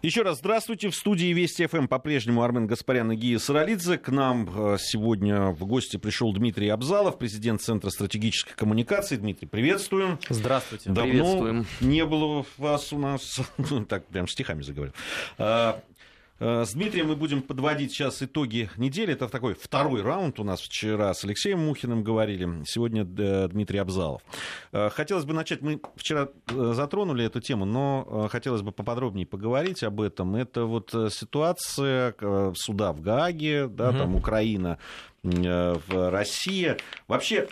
Еще раз здравствуйте. В студии Вести ФМ по-прежнему Армен Гаспарян и Гия Саралидзе. К нам сегодня в гости пришел Дмитрий Абзалов, президент Центра стратегической коммуникации. Дмитрий, приветствуем. Здравствуйте. Давно приветствуем. Не было вас у нас. Так, прям стихами заговорил. С Дмитрием мы будем подводить сейчас итоги недели. Это такой второй раунд у нас. Вчера с Алексеем Мухиным говорили, сегодня Дмитрий Абзалов. Хотелось бы начать, мы вчера затронули эту тему, но хотелось бы поподробнее поговорить об этом. Это вот ситуация суда в Гааге, да, там Украина, Россия. Вообще,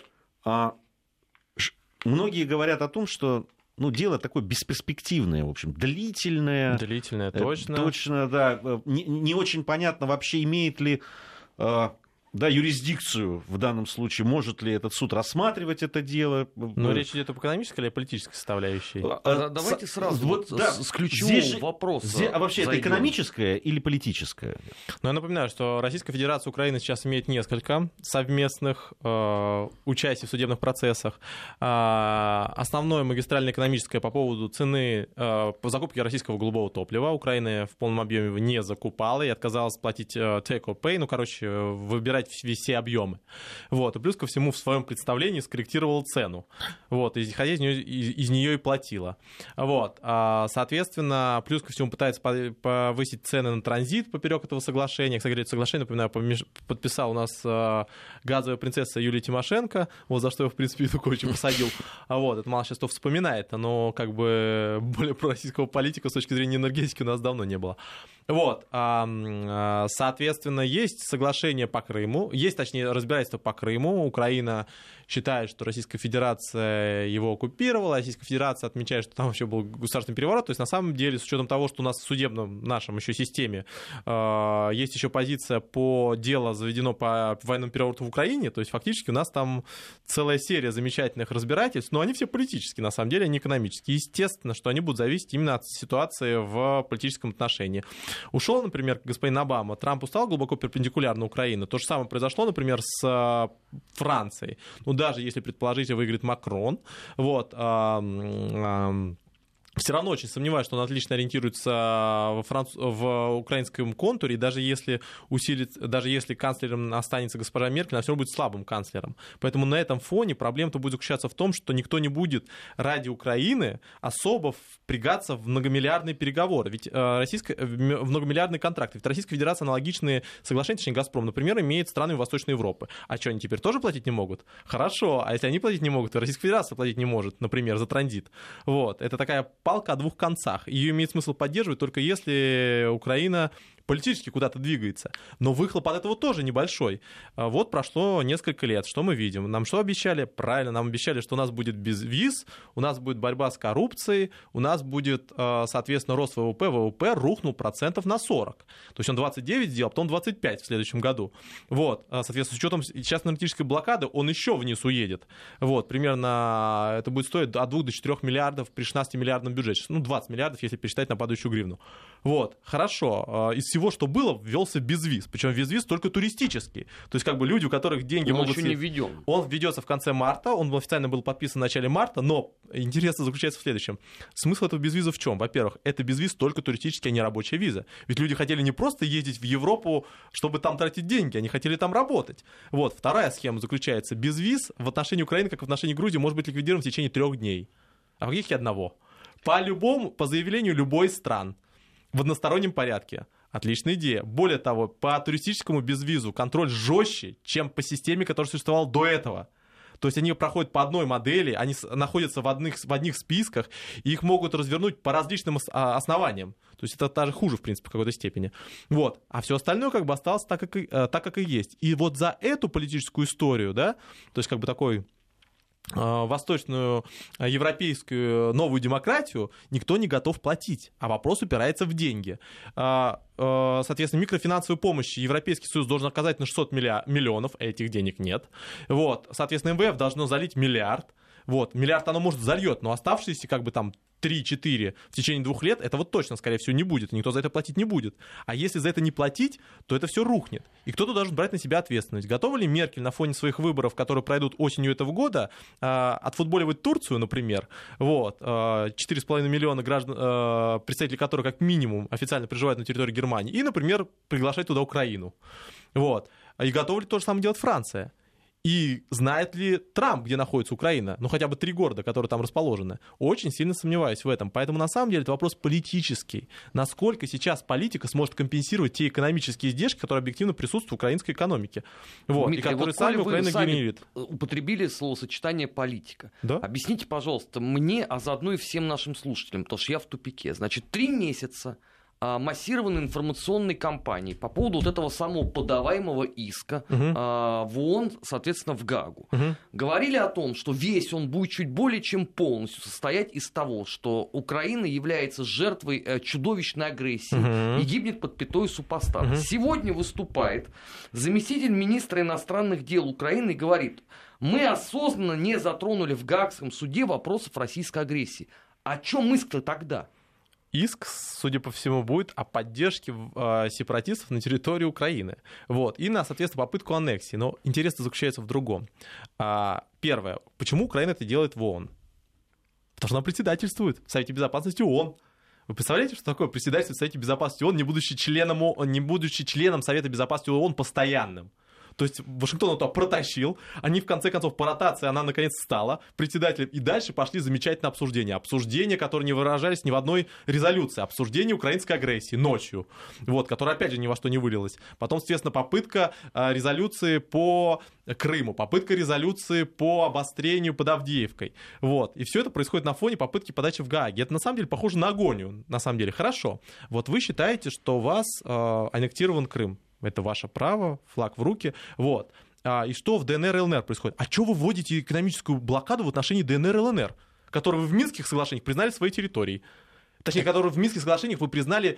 многие говорят о том, что дело такое бесперспективное, в общем, длительное. Длительное, точно. Точно, да. Не очень понятно вообще, имеет ли юрисдикцию в данном случае, может ли этот суд рассматривать это дело. Но речь идет об экономической или о политической составляющей? Давайте сразу с ключевого вопроса. А вообще это экономическое или политическое? Я напоминаю, что Российская Федерация Украины сейчас имеет несколько совместных участий в судебных процессах. Основное магистрально-экономическое по поводу цены по закупке российского голубого топлива. Украина в полном объеме его не закупала и отказалась платить take or pay, выбирать все объемы. И плюс ко всему в своем представлении скорректировала цену. Исходя из нее и платила. Соответственно, плюс ко всему пытается повысить цены на транзит поперек этого соглашения. Кстати, это соглашение, напоминаю, подписала у нас газовая принцесса Юлия Тимошенко, за что я, в принципе, Януковича посадил. Это мало сейчас кто вспоминает, но более пророссийского политика с точки зрения энергетики у нас давно не было. Соответственно, есть соглашение по Крыму, точнее, разбирательство по Крыму. Украина считает, что Российская Федерация его оккупировала, Российская Федерация отмечает, что там вообще был государственный переворот. То есть, на самом деле, с учетом того, что у нас в судебном нашем еще системе есть еще позиция по делу заведено по военному перевороту в Украине, то есть, фактически, у нас там целая серия замечательных разбирательств, но они все политические, на самом деле, а не экономические. Естественно, что они будут зависеть именно от ситуации в политическом отношении. Ушел, например, господин Обама, Трампу стал глубоко перпендикулярно Украина. То же самое произошло, например, с Францией. Даже если, предположить, выиграет Макрон, все равно очень сомневаюсь, что он отлично ориентируется в украинском контуре, и даже если канцлером останется госпожа Меркель, она все равно будет слабым канцлером. Поэтому на этом фоне проблема-то будет заключаться в том, что никто не будет ради Украины особо впрягаться в многомиллиардные переговоры, ведь в многомиллиардные контракты. Ведь Российская Федерация аналогичные соглашения, точнее «Газпром», например, имеет с странами Восточной Европы. А что, они теперь тоже платить не могут? Хорошо, а если они платить не могут, то Российская Федерация платить не может, например, за транзит. Это такая палка о двух концах. Ее имеет смысл поддерживать только если Украина политически куда-то двигается. Но выхлоп от этого тоже небольшой. Прошло несколько лет. Что мы видим? Нам что обещали? Правильно, нам обещали, что у нас будет безвиз, у нас будет борьба с коррупцией, у нас будет, соответственно, рост ВВП. ВВП рухнул процентов на 40. То есть он 29 сделал, а потом 25 в следующем году. Соответственно, с учетом сейчас энергетической блокады, он еще вниз уедет. Примерно это будет стоить от 2 до 4 миллиардов при 16-миллиардном бюджете. 20 миллиардов, если пересчитать на падающую гривну. Хорошо. Из всего, что было, ввелся безвиз. Причем безвиз только туристический. То есть, люди, у которых деньги он могут... еще не введен. Он введется в конце марта, он официально был подписан в начале марта, но интерес заключается в следующем. Смысл этого безвиза в чем? Во-первых, это безвиз только туристический, а не рабочая виза. Ведь люди хотели не просто ездить в Европу, чтобы там тратить деньги, они хотели там работать. Вторая схема заключается. Безвиз в отношении Украины, как в отношении Грузии, может быть ликвидирован в течение 3 дней. А фактически 1. По заявлению любой стран. В одностороннем порядке. Отличная идея. Более того, по туристическому безвизу контроль жестче, чем по системе, которая существовала до этого. То есть они проходят по одной модели, они находятся в одних списках, и их могут развернуть по различным основаниям. То есть это даже хуже, в принципе, в какой-то степени. А все остальное осталось так, как и есть. И за эту политическую историю, да, то есть такой... восточную европейскую новую демократию никто не готов платить, а вопрос упирается в деньги. Соответственно, микрофинансовую помощь Европейский Союз должен оказать на 600 миллионов, а этих денег нет. Соответственно, МВФ должно залить 1 миллиард. Вот, миллиард оно, может, зальет, но оставшиеся как бы там 3-4 в течение 2 лет, это вот точно, скорее всего, не будет, и никто за это платить не будет. А если за это не платить, то это все рухнет. И кто-то должен брать на себя ответственность. Готова ли Меркель на фоне своих выборов, которые пройдут осенью этого года, отфутболивать Турцию, например, вот, 4,5 миллиона граждан, представителей которых как минимум официально проживают на территории Германии, и, например, приглашать туда Украину. Вот. И готова ли то же самое делать Франция? И знает ли Трамп, где находится Украина? Ну, хотя бы 3 города, которые там расположены. Очень сильно сомневаюсь в этом. Поэтому, на самом деле, это вопрос политический. Насколько сейчас политика сможет компенсировать те экономические издержки, которые объективно присутствуют в украинской экономике. Вот, Дмитрий, и которые вот сами Украина сами генерит. Употребили словосочетание «политика». Да? Объясните, пожалуйста, мне, а заодно и всем нашим слушателям, потому что я в тупике. Значит, 3 месяца массированной информационной кампании по поводу вот этого самого подаваемого иска в ООН, соответственно, в Гаагу. Говорили о том, что весь он будет чуть более чем полностью состоять из того, что Украина является жертвой чудовищной агрессии и гибнет под пятой супостата. Сегодня выступает заместитель министра иностранных дел Украины и говорит: мы осознанно не затронули в Гаагском суде вопросов российской агрессии. О чем иск-то тогда? Иск, судя по всему, будет о поддержке сепаратистов на территории Украины. Вот. И на, соответственно, попытку аннексии. Но интерес заключается в другом. Первое. Почему Украина это делает в ООН? Потому что она председательствует в Совете Безопасности ООН. Вы представляете, что такое председательство в Совете Безопасности ООН, не будучи членом Совета Безопасности ООН постоянным? То есть Вашингтон это протащил, они в конце концов по ротации, она наконец стала председателем, и дальше пошли замечательные обсуждения. Обсуждения, которые не выражались ни в одной резолюции. Обсуждение украинской агрессии ночью, вот, которая опять же ни во что не вылилась. Потом, естественно, попытка резолюции по Крыму, попытка резолюции по обострению под Авдеевкой. Вот. И все это происходит на фоне попытки подачи в Гааге. Это на самом деле похоже на агонию. На самом деле, хорошо. Вот вы считаете, что у вас аннектирован Крым. Это ваше право, флаг в руки. Вот. И что в ДНР и ЛНР происходит? А что вы вводите экономическую блокаду в отношении ДНР и ЛНР, которые вы в Минских соглашениях признали своей территорией? Точнее, которые в Минских соглашениях вы признали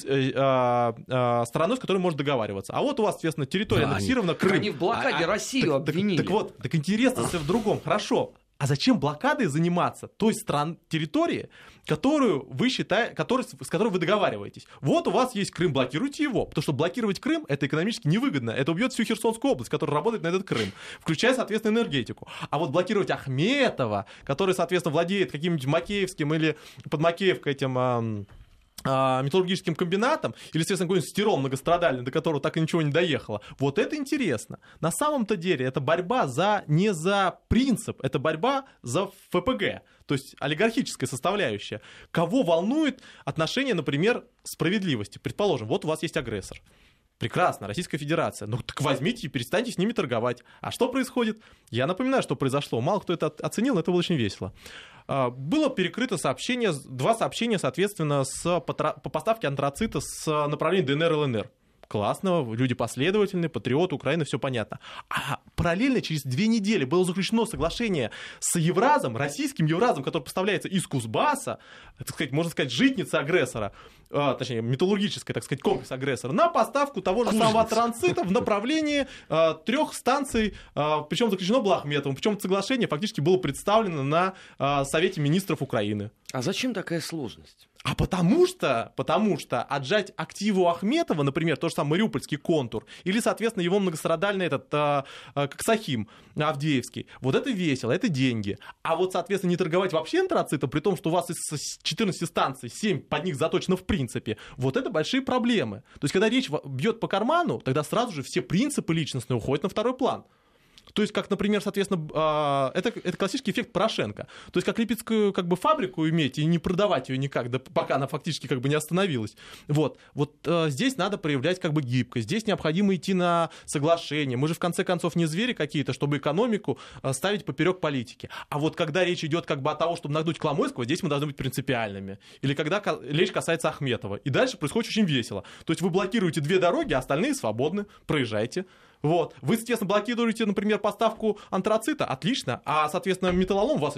страной, с которой можно договариваться. А вот у вас, соответственно, территория аннексирована, Крым. Они в блокаде Россию обвинили. Так интересно, в другом. Хорошо. А зачем блокадой заниматься той территории, которую вы считаете, с которой вы договариваетесь? Вот у вас есть Крым, блокируйте его. Потому что блокировать Крым — это экономически невыгодно. Это убьет всю Херсонскую область, которая работает на этот Крым, включая, соответственно, энергетику. А вот блокировать Ахметова, который, соответственно, владеет каким-нибудь Макеевским или под Макеевкой этим металлургическим комбинатом, или, естественно, какой-нибудь стирол многострадальный, до которого так и ничего не доехало. Вот это интересно. На самом-то деле это борьба не за принцип, это борьба за ФПГ, то есть олигархическая составляющая. Кого волнует отношение, например, справедливости? Предположим, вот у вас есть агрессор. Прекрасно, Российская Федерация. Ну так возьмите и перестаньте с ними торговать. А что происходит? Я напоминаю, что произошло. Мало кто это оценил, но это было очень весело. Было перекрыто 2 сообщения, соответственно, по поставке антрацита с направления ДНР и ЛНР. Классно, люди последовательные, патриоты Украины, все понятно. А параллельно через 2 недели было заключено соглашение с Евразом, российским Евразом, который поставляется из Кузбасса, так сказать, можно сказать, житница агрессора, точнее, металлургическая, так сказать, комплекс агрессора, на поставку того же самого транзита в направлении 3 станций, причем заключено было Ахметовым, причем соглашение фактически было представлено на Совете министров Украины. А зачем такая сложность? А потому что отжать активы у Ахметова, например, тот же самый Мариупольский контур, или, соответственно, его многострадальный Коксахим Авдеевский, вот это весело, это деньги. А вот, соответственно, не торговать вообще антрацитом, при том, что у вас из 14 станций 7 под них заточено в принципе, вот это большие проблемы. То есть, когда речь бьет по карману, тогда сразу же все принципы личностные уходят на второй план. То есть, как, например, соответственно, это классический эффект Порошенко. То есть, как липецкую фабрику иметь и не продавать ее никак, пока она фактически не остановилась. Вот здесь надо проявлять гибкость. Здесь необходимо идти на соглашение. Мы же, в конце концов, не звери какие-то, чтобы экономику ставить поперек политики. А вот когда речь идет о того, чтобы нагнуть Коломойского, здесь мы должны быть принципиальными. Или когда речь касается Ахметова. И дальше происходит очень весело. То есть, вы блокируете 2 дороги, а остальные свободны. Проезжайте. Вот. Вы, естественно, блокируете, например, поставку антрацита, отлично, а, соответственно, металлолом у вас идет,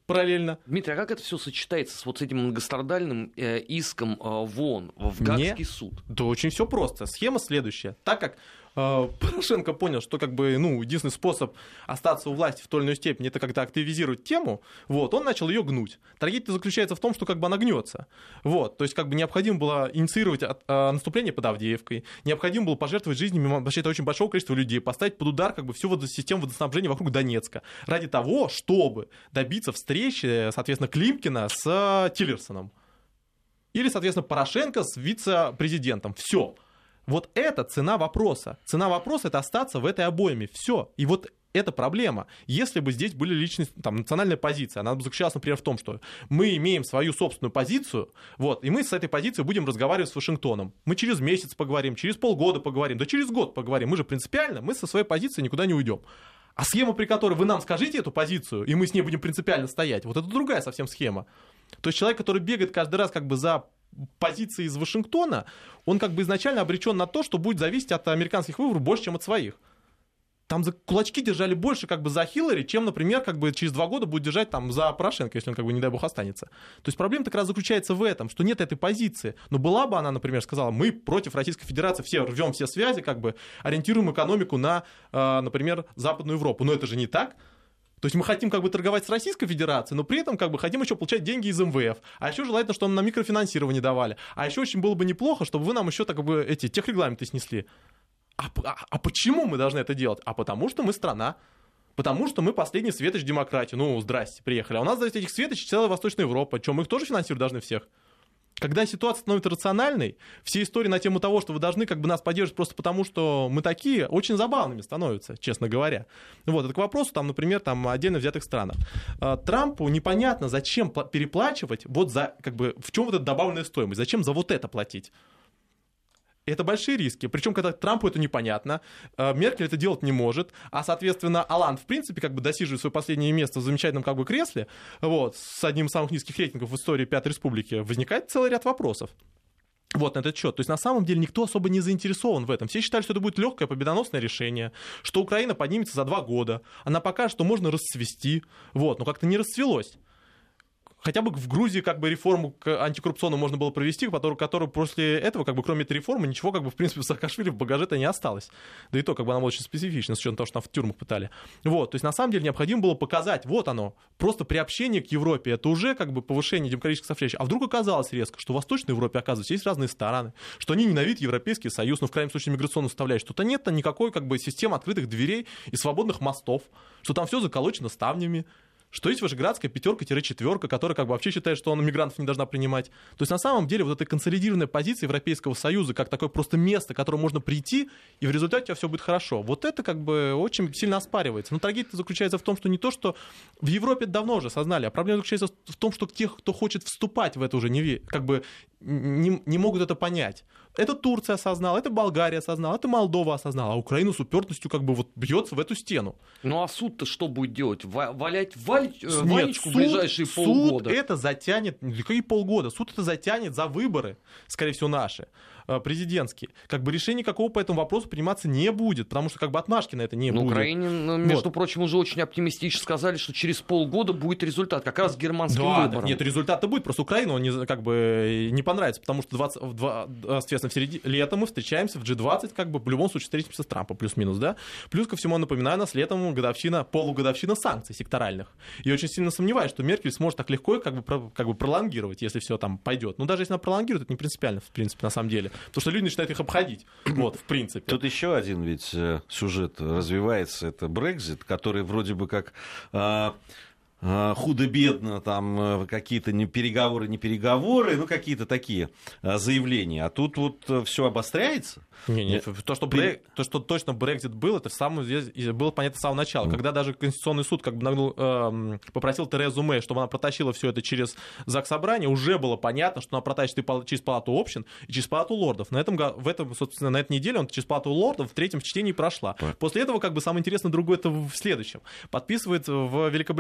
параллельно. Дмитрий, а как это все сочетается с вот этим многострадальным иском в ООН, в Гаагский суд? Да очень все просто. Схема следующая. Так как Порошенко понял, что как бы, единственный способ остаться у власти в той или иной степени это как-то активизировать тему, вот, он начал ее гнуть. Трагедия заключается в том, что как бы она гнется. Вот, то есть как бы необходимо было инициировать наступление под Авдеевкой, необходимо было пожертвовать жизнями вообще очень большого количества людей, поставить под удар как бы всю систему водоснабжения вокруг Донецка ради того, чтобы добиться встречи, соответственно, Климкина с Тиллерсоном. Или, соответственно, Порошенко с вице-президентом. Все. Вот это цена вопроса. Цена вопроса — это остаться в этой обойме. Все. И вот это проблема. Если бы здесь были личные, национальная позиция, она бы заключалась, например, в том, что мы имеем свою собственную позицию, вот, и мы с этой позицией будем разговаривать с Вашингтоном. Мы через месяц поговорим, через полгода поговорим, да через год поговорим. Мы же принципиально, мы со своей позиции никуда не уйдем. А схема, при которой вы нам скажите эту позицию, и мы с ней будем принципиально стоять, вот это другая совсем схема. То есть человек, который бегает каждый раз как бы за позиции из Вашингтона, он как бы изначально обречен на то, что будет зависеть от американских выборов больше, чем от своих. Там за кулачки держали больше как бы за Хиллари, чем, например, как бы через 2 года будет держать там за Порошенко, если он, как бы, не дай бог, останется. То есть проблема как раз заключается в этом, что нет этой позиции. Но была бы она, например, сказала, мы против Российской Федерации, все рвем все связи, как бы ориентируем экономику на, например, Западную Европу. Но это же не так. То есть мы хотим как бы торговать с Российской Федерацией, но при этом как бы хотим еще получать деньги из МВФ. А еще желательно, чтобы нам на микрофинансирование давали. А еще очень было бы неплохо, чтобы вы нам еще так как бы эти техрегламенты снесли. А почему мы должны это делать? А потому что мы страна. Потому что мы последний светоч демократии. Здрасте, приехали. А у нас, за этих светочей целая Восточная Европа. Чем мы их тоже финансировать должны всех? Когда ситуация становится рациональной, все истории на тему того, что вы должны как бы нас поддерживать просто потому, что мы такие, очень забавными становятся, честно говоря. Вот, это к вопросу, например, отдельно взятых странах. Трампу непонятно, зачем переплачивать, вот за, как бы, в чем вот эта добавленная стоимость, зачем за вот это платить. Это большие риски. Причем, когда Трампу это непонятно, Меркель это делать не может, а, соответственно, Оланд, в принципе, как бы досиживает свое последнее место в замечательном как бы кресле, вот, с одним из самых низких рейтингов в истории Пятой Республики, возникает целый ряд вопросов. Вот на этот счет. То есть, на самом деле, никто особо не заинтересован в этом. Все считали, что это будет легкое победоносное решение, что Украина поднимется за 2 года. Она покажет, что можно расцвести. Вот, но как-то не расцвелось. Хотя бы в Грузии как бы реформу антикоррупционную можно было провести, которую после этого, как бы, кроме этой реформы, ничего, как бы, в принципе, в Саакашвили в багаже-то не осталось. Да и то, как бы, она была очень специфична, с учетом того, что там в тюрьмах пытали. Вот, то есть, на самом деле, необходимо было показать, вот оно, просто приобщение к Европе, это уже, как бы, повышение демократической составляющей. А вдруг оказалось резко, что в Восточной Европе, оказывается, есть разные стороны, что они ненавидят Европейский Союз, но в крайнем случае миграционную составляющую, что-то нет никакой, как бы, системы открытых дверей и свободных мостов, что там все заколочено ставнями, что есть Вышеградская 5-4, которая как бы вообще считает, что она мигрантов не должна принимать. То есть на самом деле вот эта консолидированная позиция Европейского Союза, как такое просто место, к которому можно прийти, и в результате у тебя все будет хорошо. Вот это как бы очень сильно оспаривается. Но трагедия заключается в том, что не то, что в Европе это давно уже осознали, а проблема заключается в том, что тех, кто хочет вступать в это уже как бы не могут это понять. Это Турция осознала, это Болгария осознала, это Молдова осознала, а Украина с упертостью как бы вот бьется в эту стену. Ну а суд-то что будет делать? Валять Ванечку в ближайшие полгода? Суд это затянет, какие полгода? Суд это затянет за выборы, скорее всего, наши, президентские. Как бы решение какого по этому вопросу приниматься не будет, потому что как бы отмашки на это не будет. На Украине, между прочим, уже очень оптимистично сказали, что через полгода будет результат, как раз германским выборам. Нет, результат-то будет, просто Украину он как бы не понравится, потому что, соответственно, летом мы встречаемся в G20, как бы в любом случае встретимся с Трампом, плюс-минус, да. Плюс ко всему, напоминаю, нас летом полугодовщина санкций секторальных. И очень сильно сомневаюсь, что Меркель сможет так легко как бы пролонгировать, если все там пойдет. Ну, даже если она пролонгирует, это не принципиально, в принципе, на самом деле. Потому что люди начинают их обходить, вот, в принципе. Тут еще один ведь сюжет развивается, это Брексит, который вроде бы как... худо-бедно, там какие-то не переговоры, ну, какие-то такие заявления. А тут вот все обостряется. То, что точно Брексит был, это было понятно с самого начала. Когда даже Конституционный суд как бы попросил Терезу Мэй, чтобы она протащила все это через Заксобрание, уже было понятно, что она протащит и через Палату общин, и через Палату лордов. Собственно, на этой неделе он через Палату лордов в 3-м чтении прошла. После этого, как бы, самое интересное другое, это в следующем. Подписывает в Великобритании кто это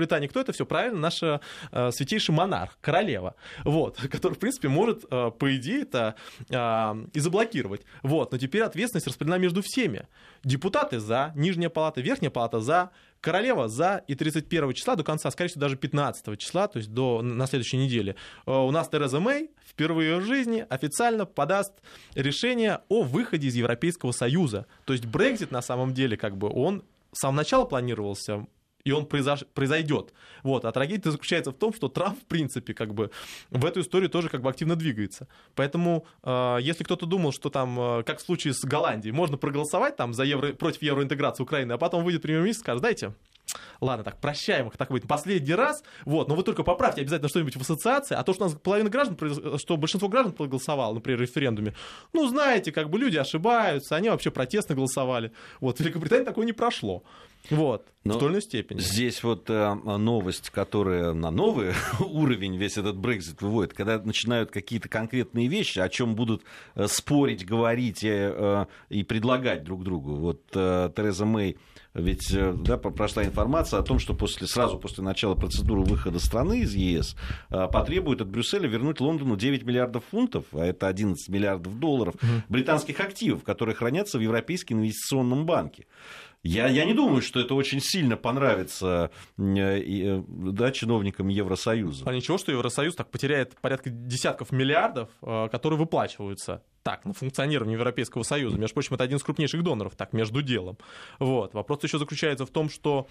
это все правильно наша святейший монарх, королева, вот, который, в принципе, может, по идее, это и заблокировать. Вот, но теперь ответственность распределена между всеми. Депутаты за, нижняя палата, верхняя палата за, королева за, и 31 числа до конца, скорее всего, даже 15 числа, то есть на следующей неделе, у нас Тереза Мэй впервые в жизни официально подаст решение о выходе из Европейского Союза. То есть Брексит, на самом деле, как бы он с самого начала планировался, и он произойдет. Вот. А трагедия заключается в том, что Трамп, в принципе, как бы в эту историю тоже как бы активно двигается. Поэтому, если кто-то думал, что там, как в случае с Голландией, можно проголосовать там против евроинтеграции Украины, а потом выйдет премьер-министр и скажет, дайте, ладно, так, прощаем их, так будет последний раз, вот, но вы только поправьте обязательно что-нибудь в ассоциации, а то, что у нас половина граждан, что большинство граждан проголосовало, например, в референдуме, ну, знаете, как бы люди ошибаются, они вообще протестно голосовали. Вот, в Великобритании такое не прошло. Вот, но в той или иной степени. Здесь вот новость, которая на новый уровень весь этот Брексит выводит, когда начинают какие-то конкретные вещи, о чем будут спорить, говорить и предлагать друг другу. Вот Тереза Мэй, ведь прошла информация о том, что сразу после начала процедуры выхода страны из ЕС потребует от Брюсселя вернуть Лондону 9 миллиардов фунтов, а это 11 миллиардов долларов, британских активов, которые хранятся в Европейском инвестиционном банке. Я не думаю, что это очень сильно понравится чиновникам Евросоюза. А ничего, что Евросоюз так потеряет порядка десятков миллиардов, которые выплачиваются так на функционирование Европейского Союза. Между прочим, это один из крупнейших доноров, так, между делом. Вот. Вопрос еще заключается в том, что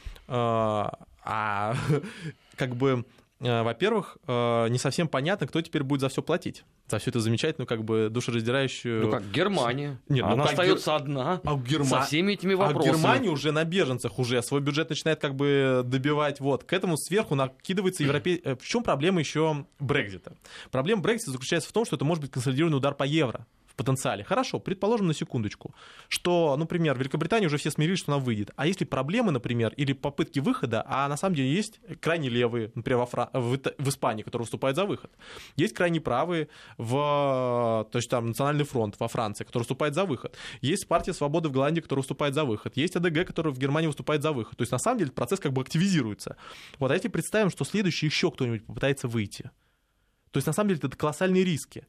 как бы... Во-первых, не совсем понятно, кто теперь будет за все платить. За всю эту замечательную, как бы, душераздирающую... Ну как, Германия. Нет, она остается одна со всеми этими вопросами. А Германия уже на беженцах уже свой бюджет начинает как бы добивать. Вот. К этому сверху накидывается В чем проблема еще Брексита? Проблема Брексита заключается в том, что это может быть консолидированный удар по евро. Потенциале. Хорошо, предположим на секундочку, что, например, в Великобритании уже все смирились, что она выйдет. А если проблемы, например, или попытки выхода, а на самом деле есть крайне левые, например, в Испании, которые выступают за выход. Есть крайне правые, то есть там Национальный фронт во Франции, который выступает за выход. Есть партия Свободы в Голландии, которая выступает за выход. Есть АДГ, который в Германии выступает за выход. То есть на самом деле процесс как бы активизируется. Вот, а если представим, что следующий еще кто-нибудь попытается выйти, то есть на самом деле это колоссальные риски.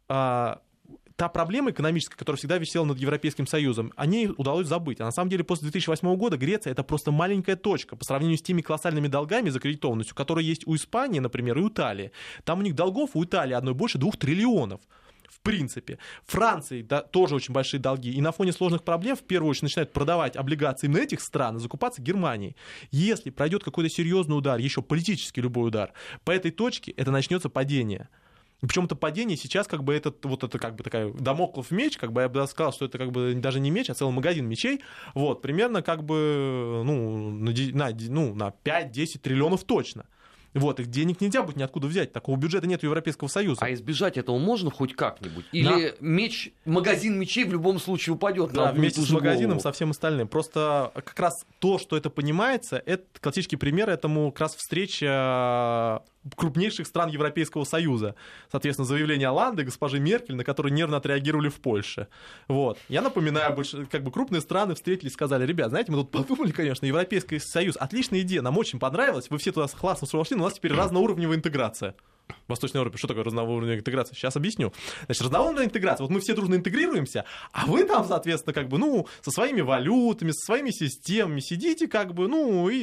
Та проблема экономическая, которая всегда висела над Европейским Союзом, о ней удалось забыть. А на самом деле после 2008 года Греция — это просто маленькая точка по сравнению с теми колоссальными долгами, закредитованностью, которые есть у Испании, например, и у Италии. Там у них долгов у Италии одной больше 2 триллионов. В принципе. Франции тоже очень большие долги. И на фоне сложных проблем в первую очередь начинают продавать облигации на этих стран и закупаться Германией. Если пройдет какой-то серьезный удар, еще политический любой удар, по этой точке это начнется падение. Причем это падение сейчас как бы это как бы такая дамоклов меч, как бы я бы сказал, что это как бы даже не меч, а целый магазин мечей, вот, примерно как бы на 5-10 триллионов точно. Вот, их денег нельзя будет ниоткуда взять, такого бюджета нет у Европейского Союза. А избежать этого можно хоть как-нибудь? Или магазин мечей в любом случае упадет? Да, вместе с магазином, со всем остальным. Просто как раз то, что это понимается, это классический пример этому как раз встреча крупнейших стран Европейского Союза. Соответственно, заявление Оланды, госпожи Меркель, на которые нервно отреагировали в Польше. Вот. Я напоминаю, как бы крупные страны встретились и сказали: ребят, знаете, мы тут подумали, конечно, Европейский Союз, отличная идея, нам очень понравилась, вы все туда классно вошли, но у нас теперь разноуровневая интеграция. В Восточной Европе. Что такое разноуровневая интеграция? Сейчас объясню. Значит, разноуровневая интеграция. Вот мы все дружно интегрируемся, а вы там, соответственно, как бы, со своими валютами, со своими системами сидите, как бы,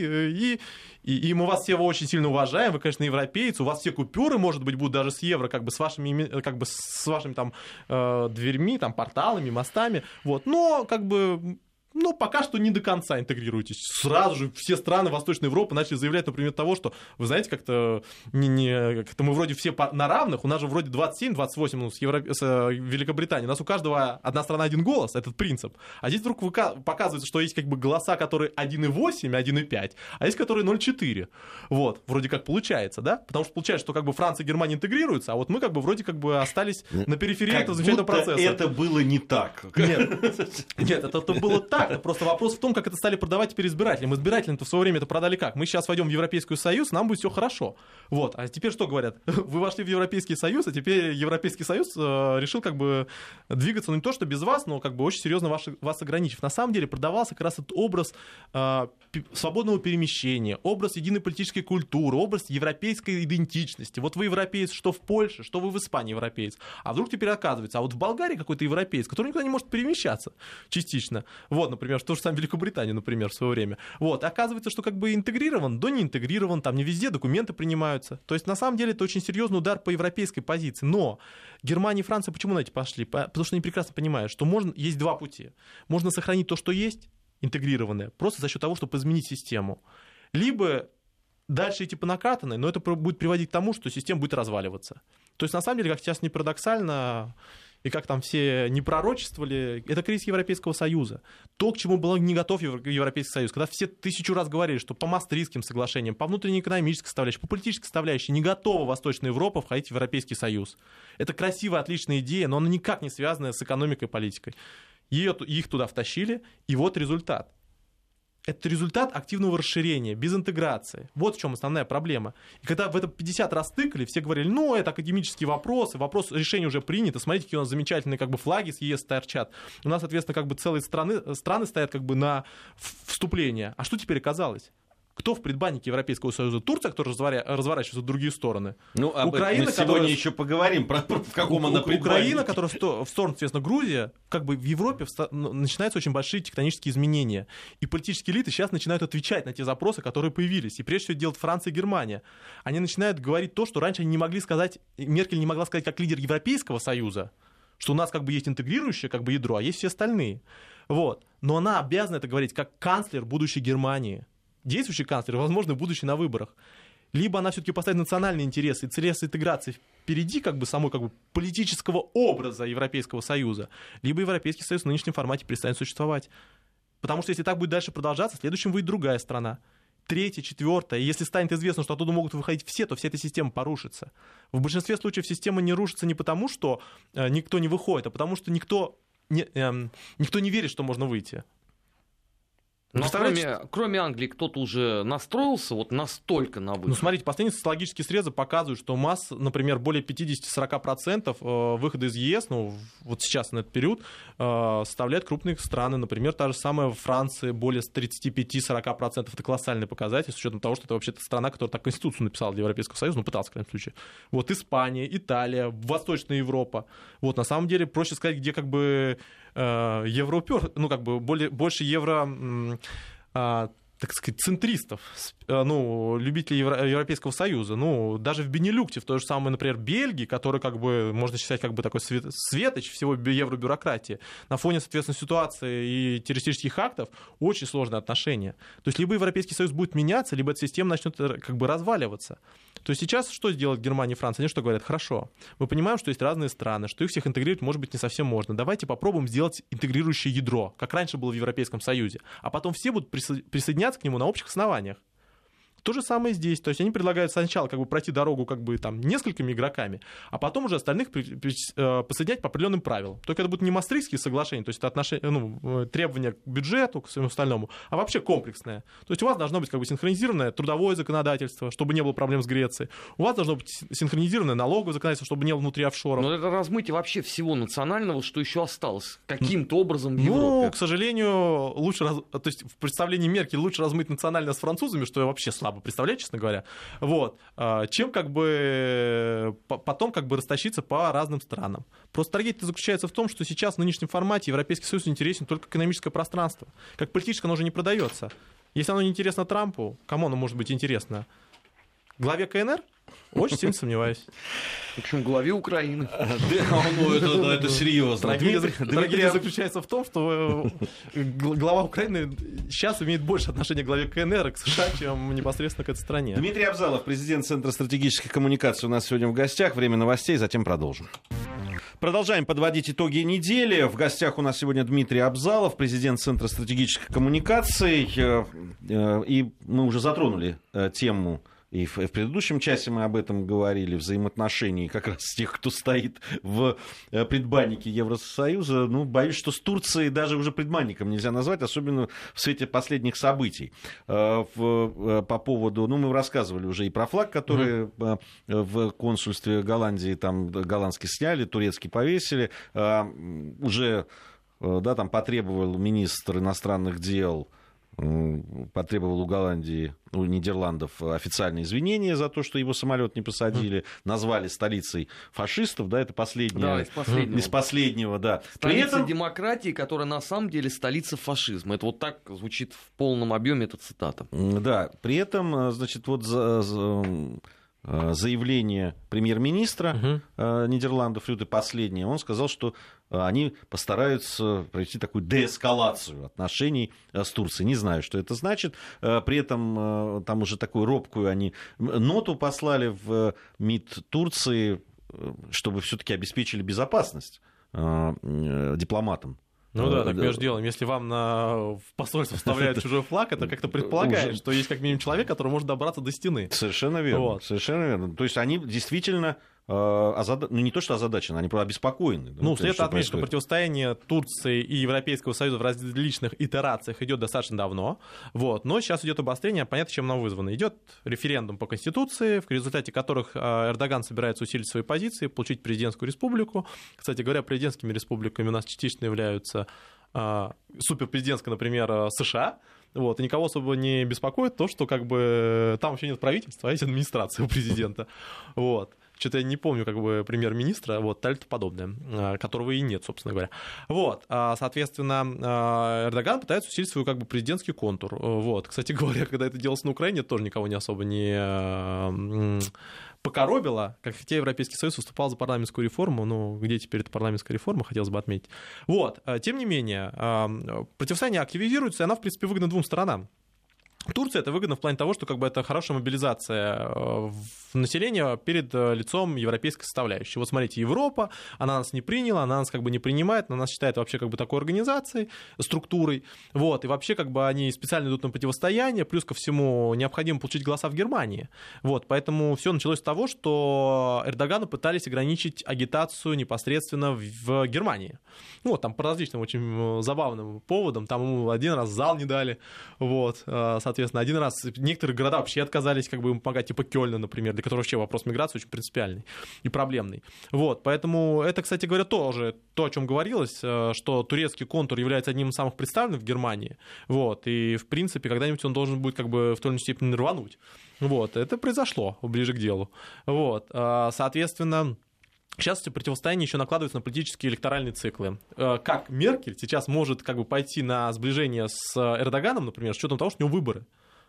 и мы вас все очень сильно уважаем. Вы, конечно, европейцы. У вас все купюры, может быть, будут даже с евро, как бы с вашими там дверьми, там, порталами, мостами. Вот. Но, как бы, пока что не до конца интегрируйтесь. Сразу же все страны Восточной Европы начали заявлять, например, того, что, вы знаете, как-то мы вроде все на равных, у нас же вроде 27-28 с Великобританией, у нас у каждого одна страна один голос, этот принцип. А здесь вдруг показывается, что есть как бы голоса, которые 1,8, 1,5, а есть которые 0,4. Вот, вроде как получается, да? Потому что получается, что как бы Франция и Германия интегрируются, а вот мы как бы вроде как бы остались на периферии этого замечательного процесса. Это было не так. Нет, это было так. так-то. Просто вопрос в том, как это стали продавать теперь избирателям. Избирателям-то в свое время это продали как? Мы сейчас войдем в Европейский Союз, нам будет все хорошо. Вот. А теперь что говорят? Вы вошли в Европейский Союз, а теперь Европейский Союз решил как бы двигаться, ну не то что без вас, но как бы очень серьезно вас ограничив. На самом деле продавался как раз этот образ свободного перемещения, образ единой политической культуры, образ европейской идентичности. Вот вы европеец, что в Польше, что вы в Испании европеец. А вдруг теперь оказывается, а вот в Болгарии какой-то европеец, который никуда не может перемещаться частично. Вот, например, в ту же самую Великобританию, например, в свое время. Вот, оказывается, что как бы интегрирован, да не интегрирован, там не везде документы принимаются. То есть, на самом деле, это очень серьезный удар по европейской позиции. Но Германия и Франция почему на эти пошли? Потому что они прекрасно понимают, что есть два пути. Можно сохранить то, что есть, интегрированное, просто за счет того, чтобы изменить систему. Либо дальше идти по накатанной, но это будет приводить к тому, что система будет разваливаться. То есть, на самом деле, как сейчас не парадоксально, и как там все не пророчествовали, это кризис Европейского Союза. То, к чему был не готов Европейский Союз, когда все 1000 раз говорили, что по Маастрихтским соглашениям, по внутренней-экономической составляющей, по политической составляющей не готова Восточная Европа входить в Европейский Союз. Это красивая, отличная идея, но она никак не связанная с экономикой и политикой. Их туда втащили, и вот результат. Это результат активного расширения, без интеграции. Вот в чем основная проблема. И когда в это 50 раз тыкали, все говорили, ну, это академические вопросы, решение уже принято, смотрите, какие у нас замечательные как бы флаги с ЕС торчат. У нас, соответственно, как бы целые страны стоят как бы на вступление. А что теперь оказалось? Кто в предбаннике Европейского Союза? Турция, которая разворачивается в другие стороны. Ну, об этом мы сегодня еще поговорим, в каком она предбаннике. Украина, которая в сторону, соответственно, Грузия, как бы в Европе начинаются очень большие тектонические изменения. И политические элиты сейчас начинают отвечать на те запросы, которые появились. И прежде всего делают Франция и Германия. Они начинают говорить то, что раньше они не могли сказать, Меркель не могла сказать как лидер Европейского Союза, что у нас как бы есть интегрирующее как бы ядро, а есть все остальные. Вот. Но она обязана это говорить как канцлер будущей Германии. Действующий канцлер, возможно, будущий на выборах. Либо она все-таки поставит национальные интересы, интересы интеграции впереди как бы самой как бы политического образа Европейского Союза, либо Европейский Союз в нынешнем формате перестанет существовать. Потому что если так будет дальше продолжаться, следующим выйдет другая страна. Третья, четвертая. И если станет известно, что оттуда могут выходить все, то вся эта система порушится. В большинстве случаев система не рушится не потому, что никто не выходит, а потому что никто не верит, что можно выйти. Но кроме Англии кто-то уже настроился вот настолько на выход? Ну, смотрите, последние социологические срезы показывают, что масса, например, более 50-40% выхода из ЕС, ну, вот сейчас на этот период, составляют крупные страны. Например, та же самая Франция, более 35-40%. Это колоссальный показатель, с учетом того, что это вообще-то страна, которая так Конституцию написала для Европейского Союза, ну, пыталась, в крайнем случае. Вот Испания, Италия, Восточная Европа. Вот, на самом деле, проще сказать, где как бы европер, ну, как бы больше так сказать, центристов, ну, любителей Европейского Союза. Ну, даже в Бенилюксе, в той же самой, например, Бельгии, которая, как бы, можно считать, как бы такой светоч всего евробюрократии, на фоне, соответственно, ситуации и террористических актов очень сложные отношения. То есть либо Европейский Союз будет меняться, либо эта система начнет как бы разваливаться. То есть сейчас что сделать Германия и Франция? Они что говорят? Хорошо, мы понимаем, что есть разные страны, что их всех интегрировать, может быть, не совсем можно. Давайте попробуем сделать интегрирующее ядро, как раньше было в Европейском Союзе. А потом все будут присоединяться к нему на общих основаниях. То же самое здесь. То есть они предлагают сначала как бы пройти дорогу как бы там несколькими игроками, а потом уже остальных посоединять по определенным правилам. Только это будут не Маастрихтские соглашения, то есть это требования к бюджету, к всему остальному, а вообще комплексное. То есть у вас должно быть как бы синхронизированное трудовое законодательство, чтобы не было проблем с Грецией. У вас должно быть синхронизированное налоговое законодательство, чтобы не было внутри офшоров. Но это размытие вообще всего национального, что еще осталось каким-то образом в Европе. Ну, к сожалению, то есть в представлении Меркель лучше размыть национальное с французами, что вообще слабо представлять, честно говоря, вот, чем как бы потом как бы растащиться по разным странам. Просто трагедия заключается в том, что сейчас в нынешнем формате Европейский Союз интересен только экономическое пространство. Как политическое оно уже не продается. Если оно не интересно Трампу, кому оно может быть интересно? Главе КНР? Очень сильно сомневаюсь. Причем главе Украины. Да, это серьезно. Трагедия заключается в том, что глава Украины сейчас имеет больше отношения к главе КНР и к США, чем непосредственно к этой стране. Дмитрий Абзалов, президент Центра стратегических коммуникаций, у нас сегодня в гостях. Время новостей, затем продолжим. Продолжаем подводить итоги недели. В гостях у нас сегодня Дмитрий Абзалов, президент Центра стратегических коммуникаций. И мы уже затронули тему и в предыдущем часе мы об этом говорили, взаимоотношений как раз тех, кто стоит в предбаннике Евросоюза. Ну, боюсь, что с Турцией даже уже предбанником нельзя назвать, особенно в свете последних событий. По поводу, ну, мы рассказывали уже и про флаг, который в консульстве Голландии, там голландский сняли, турецкий повесили. Уже, да, там потребовал министр иностранных дел, потребовал у Голландии, у Нидерландов официальные извинения за то, что его самолет не посадили, назвали столицей фашистов, да, это последнее. Да, из последнего. Да. Столица демократии, которая на самом деле столица фашизма. Это вот так звучит в полном объеме, эта цитата. Да, при этом, значит, вот заявление премьер-министра Нидерландов, Рюте, последнее, он сказал, что они постараются провести такую деэскалацию отношений с Турцией. Не знаю, что это значит. При этом там уже такую робкую они ноту послали в МИД Турции, чтобы все-таки обеспечили безопасность дипломатам. Ну да, так между делом, если вам в посольство вставляют чужой флаг, это как-то предполагает, что есть как минимум человек, который может добраться до стены. Совершенно верно. Вот. Совершенно верно. То есть они действительно, ну не то что озадачены, они просто обеспокоены. Ну, следует отметить, что противостояние Турции и Европейского Союза в различных итерациях идет достаточно давно. Вот. Но сейчас идет обострение, понятно, чем оно вызвано. Идет референдум по Конституции, в результате которых Эрдоган собирается усилить свои позиции, получить президентскую республику. Кстати говоря, президентскими республиками у нас частично являются суперпрезидентская, например, США. Вот, и никого особо не беспокоит то, что как бы там вообще нет правительства, а есть администрация у президента. Вот. Что-то я не помню как бы премьер-министра, вот, так подобное, которого и нет, собственно говоря. Вот, соответственно, Эрдоган пытается усилить свой как бы президентский контур. Вот. Кстати говоря, когда это делалось на Украине, тоже никого не особо не покоробило, как хотя Европейский Союз выступал за парламентскую реформу, ну, где теперь эта парламентская реформа, хотелось бы отметить. Вот, тем не менее, противостояние активизируется, и она, в принципе, выгодна двум сторонам. Турции это выгодно в плане того, что как бы, это хорошая мобилизация населения перед лицом европейской составляющей. Вот смотрите, Европа, она нас не приняла, она нас как бы не принимает, она нас считает вообще как бы такой организацией, структурой. Вот, и вообще как бы они специально идут на противостояние, плюс ко всему необходимо получить голоса в Германии. Вот, поэтому все началось с того, что Эрдогану пытались ограничить агитацию непосредственно в Германии. Вот, там по различным очень забавным поводам, там ему один раз зал не дали, вот, соответственно, один раз некоторые города вообще отказались как бы ему помогать, типа Кёльна, например, для которого вообще вопрос миграции очень принципиальный и проблемный. Вот, поэтому это, кстати говоря, тоже то, о чем говорилось, что турецкий контур является одним из самых представленных в Германии, вот, и, в принципе, когда-нибудь он должен будет как бы в той или иной степени рвануть. Вот, это произошло ближе к делу. Вот, соответственно, сейчас эти противостояния еще накладываются на политические электоральные циклы. Как Меркель сейчас может как бы пойти на сближение с Эрдоганом, например, с учетом того, что у него выборы.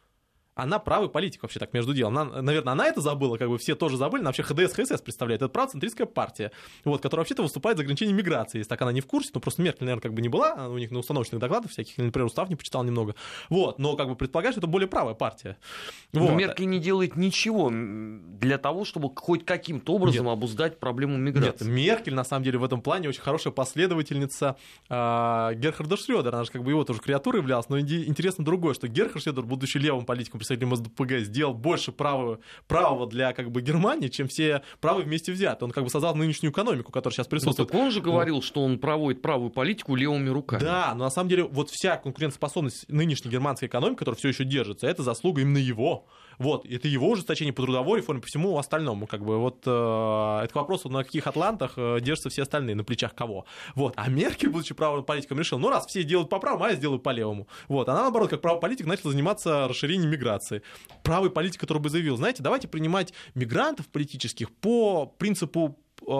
Она правый политик вообще так между делом. Наверное, она это забыла, как бы все тоже забыли. Она вообще ХДС, ХСС представляет. Это правоцентристская партия, вот, которая вообще-то выступает за ограничение миграции. Если так она не в курсе, но просто Меркель, наверное, как бы не была. У них на установочных докладах всяких, например, устав не почитал немного. Вот, но как бы предполагает, что это более правая партия. Вот. Но Меркель не делает ничего для того, чтобы хоть каким-то образом обуздать проблему миграции. Нет, Меркель, на самом деле, в этом плане очень хорошая последовательница Герхарда Шрёдера. Она же как бы его тоже креатурой являлась. Но интересно другое, что Герхард Шрёдер, будучи левым политиком, представителем СДПГ, сделал больше правого для как бы Германии, чем все правые вместе взяты. Он как бы создал нынешнюю экономику, которая сейчас присутствует. Так он же говорил, что он проводит правую политику левыми руками. Да, но на самом деле вот вся конкурентоспособность нынешней германской экономики, которая все еще держится, это заслуга именно его. Вот, это его ужесточение по трудовой реформе, по всему остальному. Как бы, вот, это к вопросу, на каких атлантах держатся все остальные, на плечах кого. Вот, а Меркель, будучи правым политиком, решил, ну раз все делают по правому, а я сделаю по левому. Вот, она, наоборот, как правый политик, начала заниматься расширением миграции. Правый политик, который бы заявил, знаете, давайте принимать мигрантов политических по принципу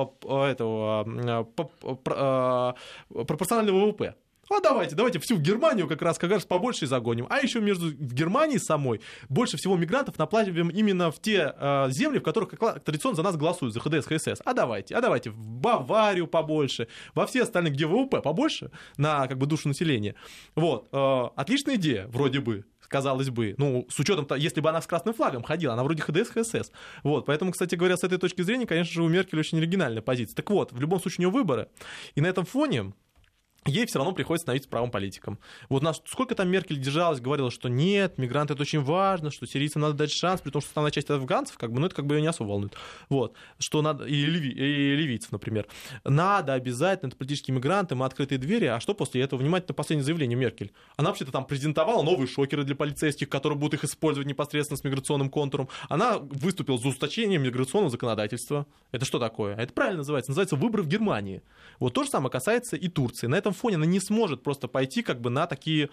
пропорционального ВВП. А давайте всю Германию как раз побольше загоним. А еще в Германии самой больше всего мигрантов наплавим именно в те земли, в которых традиционно за нас голосуют, за ХДС, ХСС. А давайте в Баварию побольше, во все остальные, где ВВП побольше на как бы душу населения. Вот. Отличная идея, вроде бы. Казалось бы, ну, с учетом, если бы она с красным флагом ходила, она вроде ХДС, ХСС. Вот, поэтому, кстати говоря, с этой точки зрения, конечно же, у Меркель очень оригинальная позиция. Так вот, в любом случае у нее выборы. И на этом фоне ей все равно приходится становиться правым политиком. Вот сколько там Меркель держалась, говорила, что нет, мигранты — это очень важно, что сирийцам надо дать шанс, при том, что основная часть афганцев, это ее не особо волнует. Вот. Что надо, и ливийцев, например. Надо обязательно, это политические мигранты, мы открытые двери. А что после этого? Внимательно последнее заявление Меркель. Она вообще-то там презентовала новые шокеры для полицейских, которые будут их использовать непосредственно с миграционным контуром. Она выступила за ужесточение миграционного законодательства. Это что такое? Это правильно называется выборы в Германии. Вот то же самое касается и Турции. На этом фоне она не сможет просто пойти на такие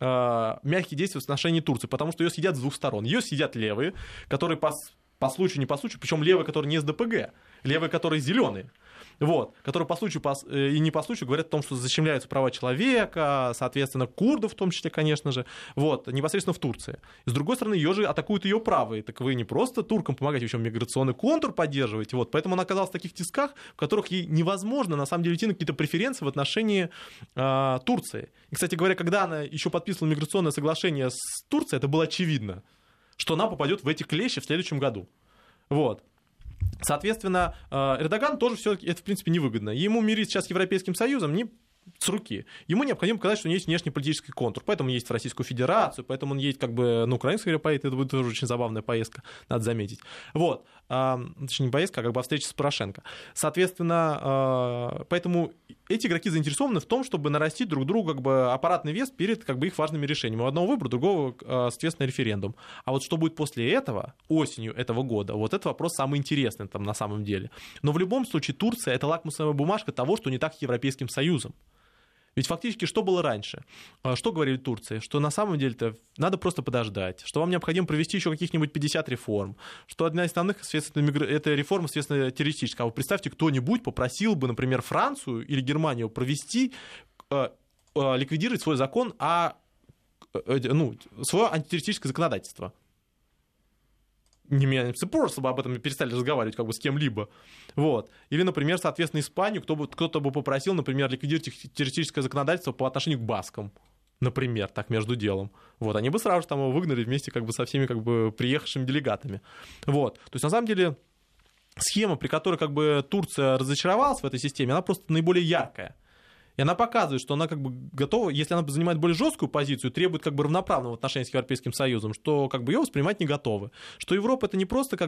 мягкие действия в отношении Турции, потому что ее съедят с двух сторон. Ее съедят левые, которые по случаю, не по случаю, причем левые, которые не с ДПГ, левые, которые зеленые. Вот, которые по случаю и не по случаю говорят о том, что защемляются права человека, соответственно, курдов в том числе, конечно же, вот, непосредственно в Турции. И с другой стороны, ее же атакуют ее правые. Так вы не просто туркам помогаете, еще миграционный контур поддерживаете. Вот, поэтому она оказалась в таких тисках, в которых ей невозможно, на самом деле, идти на какие-то преференции в отношении Турции. И, кстати говоря, когда она еще подписывала миграционное соглашение с Турцией, это было очевидно, что она попадет в эти клещи в следующем году. Вот. Соответственно, Эрдоган тоже все-таки это, в принципе, невыгодно. Ему мириться сейчас с Европейским Союзом не с руки. Ему необходимо показать, что у него есть внешнеполитический контур. Поэтому он едет в Российскую Федерацию, поэтому он едет на украинскую поедет. Это будет тоже очень забавная поездка, надо заметить. Вот. Точнее, не поездка, а встреча с Порошенко. Соответственно, поэтому эти игроки заинтересованы в том, чтобы нарастить друг другу аппаратный вес перед их важными решениями. У одного выбор, у другого, соответственно, референдум. А вот что будет после этого, осенью этого года, вот этот вопрос самый интересный там на самом деле. Но в любом случае Турция — это лакмусовая бумажка того, что не так с Европейским Союзом. Ведь фактически что было раньше? Что говорили Турции? Что на самом деле-то надо просто подождать, что вам необходимо провести еще каких-нибудь 50 реформ, что одна из основных, это реформа, соответственно, террористическая. А вы представьте, кто-нибудь попросил бы, например, Францию или Германию провести, ликвидировать свой закон свое антитеррористическое законодательство. Немцы просто бы об этом перестали разговаривать с кем-либо. Вот. Или, например, соответственно, Испанию кто-то бы попросил, например, ликвидировать террористическое законодательство по отношению к баскам. Например, так между делом. Вот. Они бы сразу же там его выгнали вместе со всеми приехавшими делегатами. Вот. То есть, на самом деле, схема, при которой Турция разочаровалась в этой системе, она просто наиболее яркая. И она показывает, что она готова, если она занимает более жесткую позицию, требует равноправного отношения с Европейским Союзом, что ее воспринимать не готовы. Что Европа — это не просто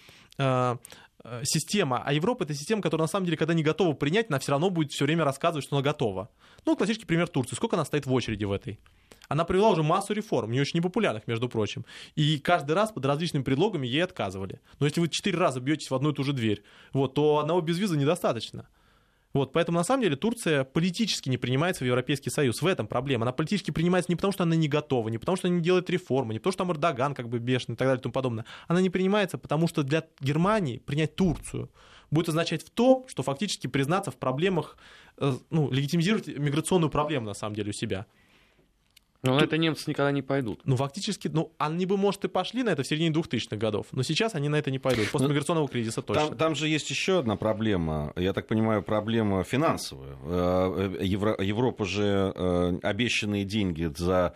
система, а Европа — это система, которая на самом деле, когда не готова принять, она все равно будет все время рассказывать, что она готова. Классический пример Турции. Сколько она стоит в очереди в этой? Она провела уже массу реформ, не очень непопулярных, между прочим. И каждый раз под различными предлогами ей отказывали. Но если вы 4 раза бьетесь в одну и ту же дверь, то одного безвиза недостаточно. Вот, поэтому, на самом деле, Турция политически не принимается в Европейский Союз. В этом проблема. Она политически принимается не потому, что она не готова, не потому, что она не делает реформы, не потому, что там Эрдоган бешеный и так далее и тому подобное. Она не принимается, потому что для Германии принять Турцию будет означать в том, что фактически признаться в проблемах, легитимизировать миграционную проблему, на самом деле, у себя. Но это немцы никогда не пойдут. Фактически, они бы, может, и пошли на это в середине 2000-х годов, но сейчас они на это не пойдут, после миграционного кризиса точно. Там же есть еще одна проблема, я так понимаю, проблема финансовая. Европа же обещанные деньги за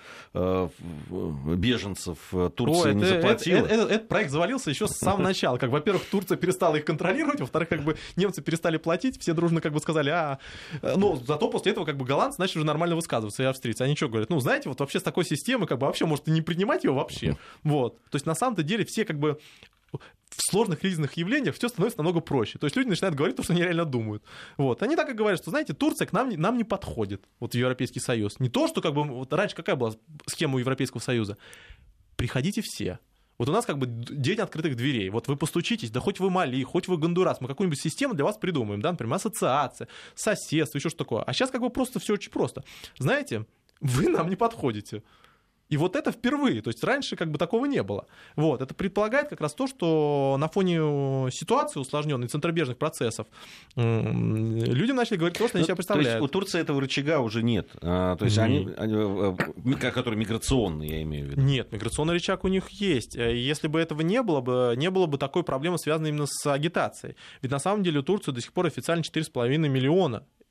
беженцев Турции не заплатила. Этот проект завалился еще с самого начала. Во-первых, Турция перестала их контролировать, во-вторых, немцы перестали платить, все дружно сказали, но зато после этого голландцы начали уже нормально высказываться, и австрийцы. Они что говорят? Знаете, вообще с такой системой вообще может и не принимать ее вообще. Вот. То есть на самом-то деле все в сложных кризисных явлениях все становится намного проще. То есть люди начинают говорить то, что они реально думают. Вот. Они так и говорят, что, знаете, Турция к нам не подходит, в Европейский Союз. Не то, что раньше какая была схема у Европейского Союза. Приходите все. Вот у нас день открытых дверей. Вот вы постучитесь, да хоть вы Мали, хоть вы Гондурас, мы какую-нибудь систему для вас придумаем, да, например, ассоциация, соседство, еще что такое. А сейчас просто все очень просто. Знаете, вы нам не подходите. И вот это впервые. То есть раньше такого не было. Вот. Это предполагает как раз то, что на фоне ситуации усложненной, центробежных процессов, люди начали говорить то, что они себя представляют. То есть у Турции этого рычага уже нет. То есть они, который миграционный, я имею в виду. Нет, миграционный рычаг у них есть. Если бы этого не было бы такой проблемы, связанной именно с агитацией. Ведь на самом деле у Турции до сих пор официально 4,5 миллиона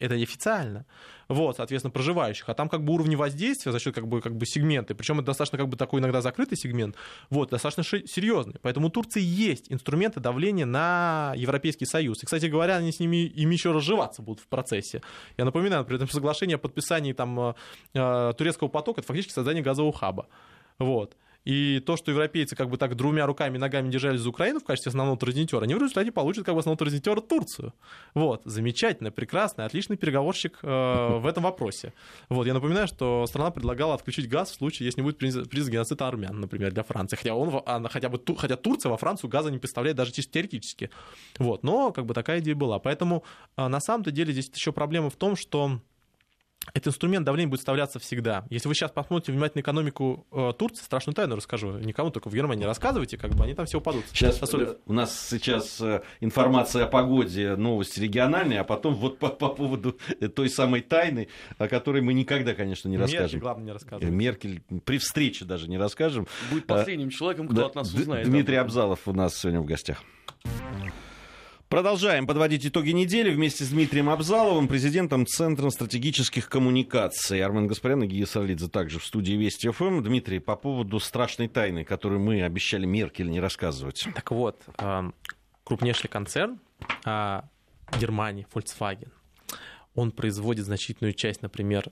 это неофициально. Вот, соответственно, проживающих. А там как бы уровни воздействия за счет как бы сегменты, причем это достаточно как бы такой иногда закрытый сегмент, вот, достаточно серьезный. Поэтому у Турции есть инструменты давления на Европейский Союз. И, кстати говоря, они с ними еще разживаться будут в процессе. Я напоминаю, при этом соглашение о подписании там, турецкого потока — это фактически создание газового хаба. Вот. И то, что европейцы как бы так двумя руками и ногами держались за Украину в качестве основного транзитера, они в результате получат как бы основного транзитера Турцию. Вот. Замечательно, прекрасно, отличный переговорщик в этом вопросе. Вот. Я напоминаю, что страна предлагала отключить газ в случае, если не будет признан геноцид армян, например, для Франции. Хотя Турция во Францию газа не представляет даже чисто теоретически. Вот. Но как бы такая идея была. Поэтому на самом-то деле здесь еще проблема в том, что этот инструмент давления будет вставляться всегда. Если вы сейчас посмотрите внимательно экономику Турции, страшную тайну расскажу, никому только в Германии рассказывайте, как бы они там все упадут. Сейчас, у нас сейчас информация о погоде, новости региональные, а потом вот по поводу той самой тайны, о которой мы никогда, конечно, не расскажем. Меркель, главное, не рассказываем. Меркель при встрече даже не расскажем. Будет последним человеком, кто от нас узнает. Дмитрий Абзалов у нас сегодня в гостях. Продолжаем подводить итоги недели вместе с Дмитрием Абзаловым, президентом Центра стратегических коммуникаций. Армен Гаспарян и Гия Саралидзе также в студии Вести ФМ. Дмитрий, по поводу страшной тайны, которую мы обещали Меркель не рассказывать. Так вот, крупнейший концерн Германии, Volkswagen, он производит значительную часть, например,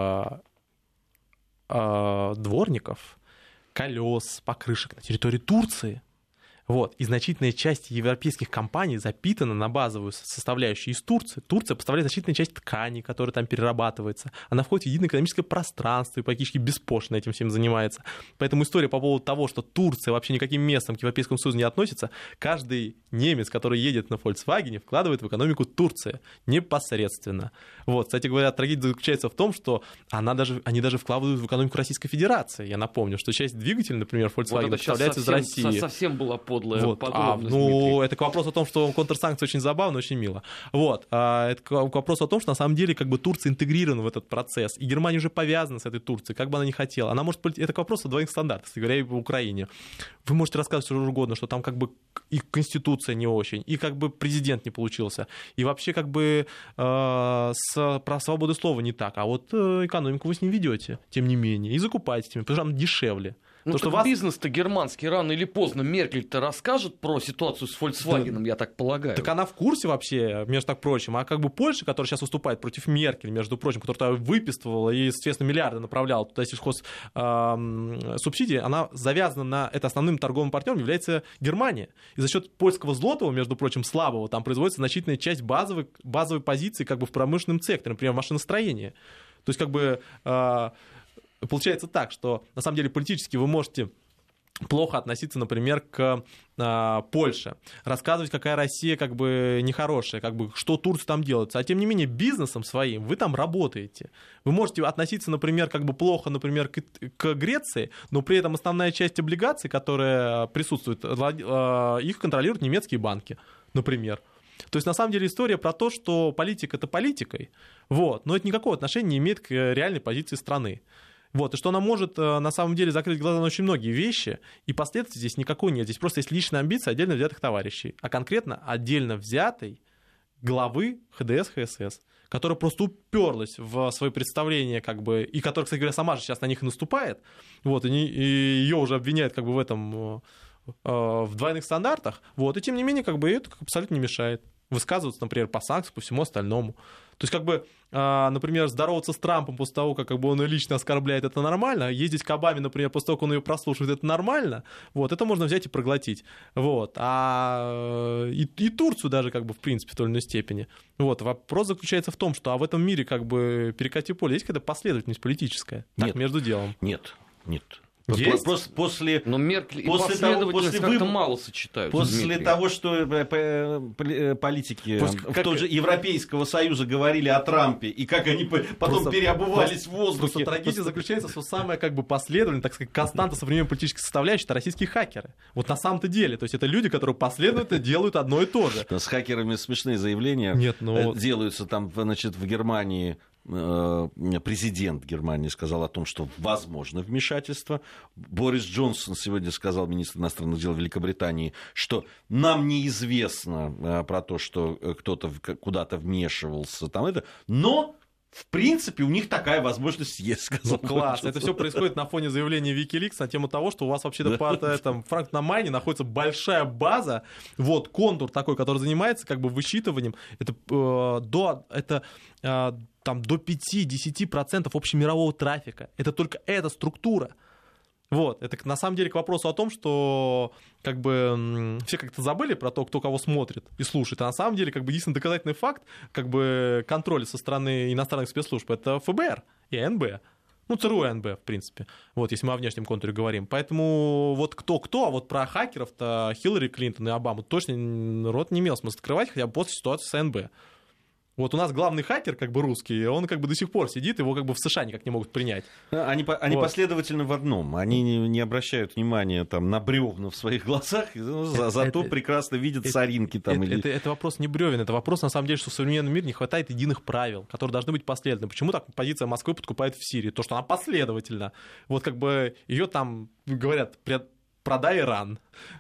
дворников, колес, покрышек на территории Турции. Вот. И значительная часть европейских компаний запитана на базовую составляющую из Турции. Турция поставляет значительную часть ткани, которая там перерабатывается. Она входит в единое экономическое пространство и практически беспошлино этим всем занимается. Поэтому история по поводу того, что Турция вообще никаким местом к Европейскому Союзу не относится, каждый немец, который едет на Volkswagen, вкладывает в экономику Турции непосредственно. Вот. Кстати говоря, трагедия заключается в том, что они даже вкладывают в экономику Российской Федерации. Я напомню, что часть двигателей, например, Volkswagen вот поставляется из России. Совсем была подлая вот. Это к вопросу о том, что контрсанкции очень забавно, очень мило. Вот. Это к вопросу о том, что на самом деле как бы Турция интегрирована в этот процесс, и Германия уже повязана с этой Турцией, как бы она ни хотела. Она может... Это к вопросу о двойных стандартах, если говоря, и в Украине. Вы можете рассказывать что угодно, что там как бы и конституция не очень, и как бы президент не получился, и вообще как бы про свободу слова не так, а вот экономику вы с ним ведете, тем не менее, и закупаете, потому что там дешевле. Ну, что вас... бизнес-то германский рано или поздно Меркель-то расскажет про ситуацию с Volkswagen, я так полагаю. Так она в курсе вообще, между так прочим. А как бы Польша, которая сейчас выступает против Меркель, между прочим, которая выписывала и, естественно, миллиарды направляла туда сельхозсубсидии, она завязана на... Это основным торговым партнером является Германия. И за счет польского злотого, между прочим, слабого, там производится значительная часть базовой позиции как бы в промышленном секторе, например, машиностроение. То есть как бы... Получается так, что на самом деле политически вы можете плохо относиться, например, к Польше, рассказывать, какая Россия как бы нехорошая, как бы, что Турция там делает. А тем не менее, бизнесом своим вы там работаете. Вы можете относиться, например, как бы плохо, например, к Греции, но при этом основная часть облигаций, которая присутствует, их контролируют немецкие банки, например. То есть, на самом деле, история про то, что политика — это политикой, вот, но это никакого отношения не имеет к реальной позиции страны. Вот, и что она может, на самом деле, закрыть глаза на очень многие вещи, и последствий здесь никакой нет. Здесь просто есть личная амбиция отдельно взятых товарищей, а конкретно отдельно взятой главы ХДС, ХСС, которая просто уперлась в свои представления, как бы, и которая, кстати говоря, сама же сейчас на них и наступает, вот, и ее уже обвиняют как бы в этом, в двойных стандартах, вот, и тем не менее, как бы, это абсолютно не мешает высказываться, например, по санкциям, по всему остальному. То есть, как бы, например, здороваться с Трампом после того, как бы, он ее лично оскорбляет, это нормально. Ездить к Обаме, например, после того, как он ее прослушивает, это нормально. Вот, это можно взять и проглотить. Вот. И Турцию даже, как бы, в принципе, в той или иной степени. Вот. Вопрос заключается в том, что в этом мире, как бы, перекати поле, есть какая-то последовательность политическая? Нет. Так, между делом. Нет. Есть? После, но Меркель и после последовательность как-то мало сочетаются. После Дмитрий. того, что политики тоже Европейского Союза говорили о Трампе, и как они потом переобувались в воздухе. Просто трагедия заключается, что самая как бы последовательная, так сказать, константа современной политической составляющей — это российские хакеры. Вот на самом-то деле. То есть это люди, которые последовательно делают одно и то же. С хакерами смешные заявления делаются там, значит, в Германии. президент Германии сказал о том, что возможно вмешательство. Борис Джонсон сегодня сказал, министр иностранных дел Великобритании, что нам неизвестно про то, что кто-то куда-то вмешивался, но в принципе, у них такая возможность есть, сказал. Класс. Это все происходит на фоне заявления Wikileaks на тему того, что у вас вообще-то под Франкфурт-на-Майне находится большая база, вот, контур такой, который занимается как бы высчитыванием. Это до 5-10% общемирового трафика. Это только эта структура. Вот, это на самом деле к вопросу о том, что как бы все как-то забыли про то, кто кого смотрит и слушает, а на самом деле как бы единственный доказательный факт как бы контроля со стороны иностранных спецслужб — это ФБР и АНБ. Ну, ЦРУ и АНБ, в принципе, вот, если мы о внешнем контуре говорим. Поэтому вот кто-кто, а вот про хакеров-то Хиллари Клинтон и Обаму точно рот не имел смысла открывать, хотя бы после ситуации с АНБ. Вот у нас главный хакер, как бы русский, он как бы до сих пор сидит, его как бы в США никак не могут принять. Они вот последовательны в одном. Они не обращают внимания там, на бревна в своих глазах, зато прекрасно видят соринки. Это вопрос не бревен, это вопрос, на самом деле, что в современном мире не хватает единых правил, которые должны быть последовательны. Почему так позиция Москвы подкупает в Сирии? То, что она последовательна. Вот как бы ее там, говорят, продай Иран.